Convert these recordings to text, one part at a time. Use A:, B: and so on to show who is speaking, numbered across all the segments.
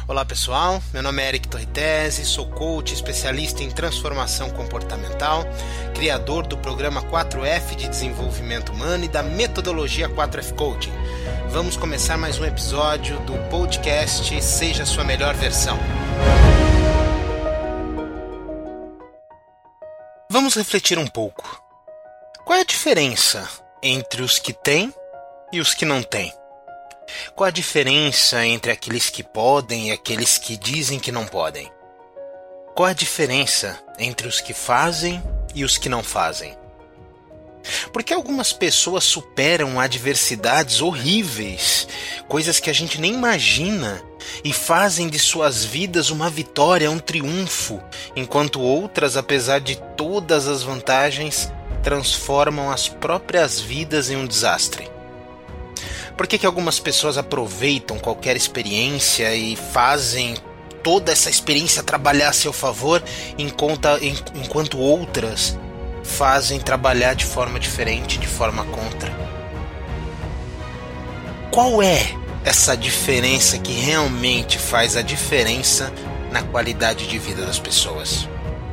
A: Olá pessoal, meu nome é Eric Torritese, sou coach especialista em transformação comportamental, criador do programa 4F de desenvolvimento humano e da metodologia 4F Coaching. Vamos começar mais um episódio do podcast Seja a Sua Melhor Versão. Vamos refletir um pouco. Qual é a diferença entre os que têm e os que não têm? Qual a diferença entre aqueles que podem e aqueles que dizem que não podem? Qual a diferença entre os que fazem e os que não fazem? Porque algumas pessoas superam adversidades horríveis, coisas que a gente nem imagina, e fazem de suas vidas uma vitória, um triunfo, enquanto outras, apesar de todas as vantagens, transformam as próprias vidas em um desastre. Por que algumas pessoas aproveitam qualquer experiência e fazem toda essa experiência trabalhar a seu favor, enquanto outras fazem trabalhar de forma diferente, de forma contra? Qual é essa diferença que realmente faz a diferença na qualidade de vida das pessoas?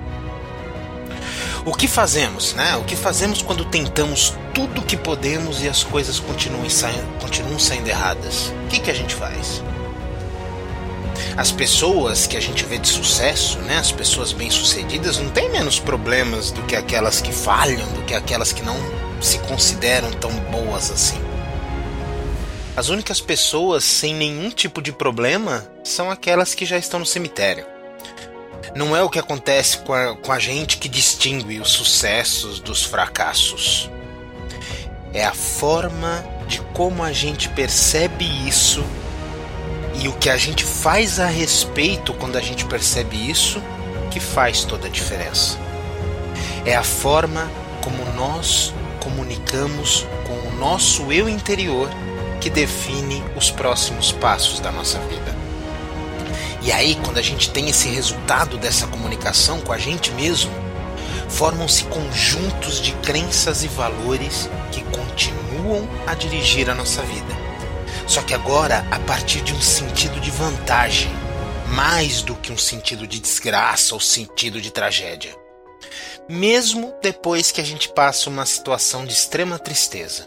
A: O que fazemos, né? O que fazemos quando tentamos tudo o que podemos e as coisas continuam saindo erradas? O que a gente faz? As pessoas que a gente vê de sucesso, né? As pessoas bem-sucedidas não têm menos problemas do que aquelas que falham, do que aquelas que não se consideram tão boas assim. As únicas pessoas sem nenhum tipo de problema são aquelas que já estão no cemitério. Não é o que acontece com a gente que distingue os sucessos dos fracassos. É a forma de como a gente percebe isso e o que a gente faz a respeito quando a gente percebe isso que faz toda a diferença. É a forma como nós comunicamos com o nosso eu interior que define os próximos passos da nossa vida. E aí, quando a gente tem esse resultado dessa comunicação com a gente mesmo, formam-se conjuntos de crenças e valores que continuam a dirigir a nossa vida. Só que agora, a partir de um sentido de vantagem, mais do que um sentido de desgraça ou sentido de tragédia. Mesmo depois que a gente passa uma situação de extrema tristeza.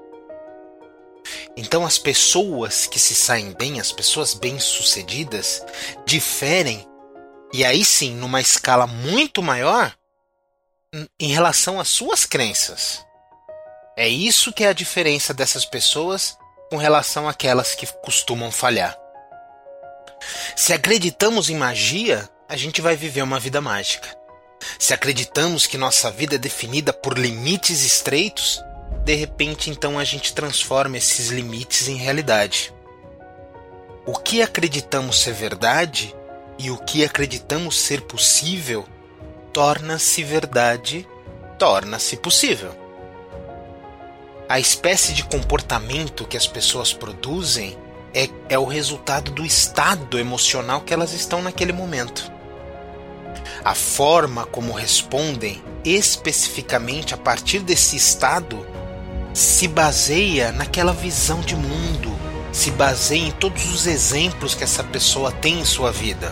A: Então as pessoas que se saem bem, as pessoas bem-sucedidas, diferem, e aí sim, numa escala muito maior, em relação às suas crenças. É isso que é a diferença dessas pessoas com relação àquelas que costumam falhar. Se acreditamos em magia, a gente vai viver uma vida mágica. Se acreditamos que nossa vida é definida por limites estreitos, de repente, então, a gente transforma esses limites em realidade. O que acreditamos ser verdade e o que acreditamos ser possível torna-se verdade, torna-se possível. A espécie de comportamento que as pessoas produzem é o resultado do estado emocional que elas estão naquele momento. A forma como respondem especificamente a partir desse estado se baseia naquela visão de mundo, se baseia em todos os exemplos que essa pessoa tem em sua vida.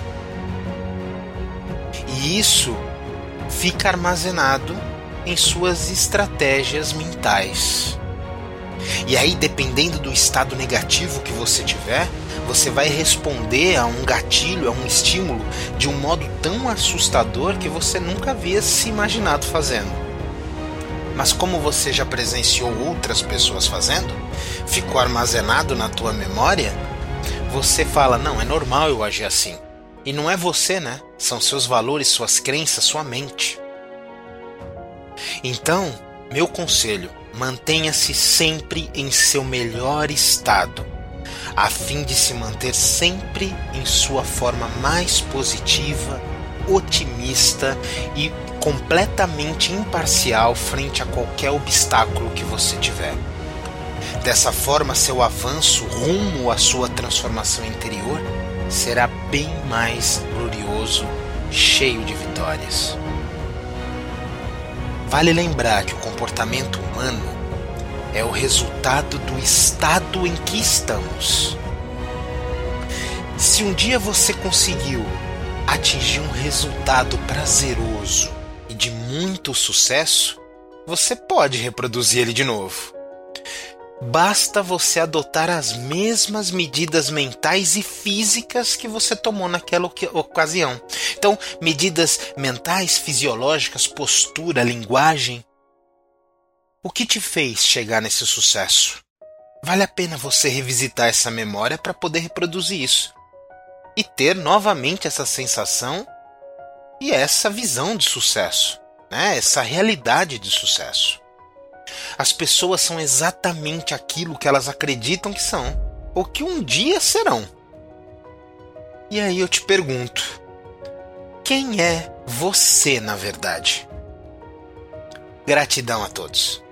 A: E isso fica armazenado em suas estratégias mentais. E aí, dependendo do estado negativo que você tiver, você vai responder a um gatilho, a um estímulo, de um modo tão assustador que você nunca havia se imaginado fazendo. Mas como você já presenciou outras pessoas fazendo, ficou armazenado na tua memória, você fala, não, é normal eu agir assim. E não é você, né? São seus valores, suas crenças, sua mente. Então, meu conselho, mantenha-se sempre em seu melhor estado, a fim de se manter sempre em sua forma mais positiva, otimista e completamente imparcial frente a qualquer obstáculo que você tiver. Dessa forma, seu avanço rumo à sua transformação interior será bem mais glorioso, cheio de vitórias. Vale lembrar que o comportamento humano é o resultado do estado em que estamos. Se um dia você conseguiu atingir um resultado prazeroso e de muito sucesso, você pode reproduzir ele de novo. Basta você adotar as mesmas medidas mentais e físicas que você tomou naquela ocasião. Então, medidas mentais, fisiológicas, postura, linguagem. O que te fez chegar nesse sucesso? Vale a pena você revisitar essa memória para poder reproduzir isso. E ter novamente essa sensação e essa visão de sucesso, né? Essa realidade de sucesso. As pessoas são exatamente aquilo que elas acreditam que são, ou que um dia serão. E aí eu te pergunto, quem é você na verdade? Gratidão a todos.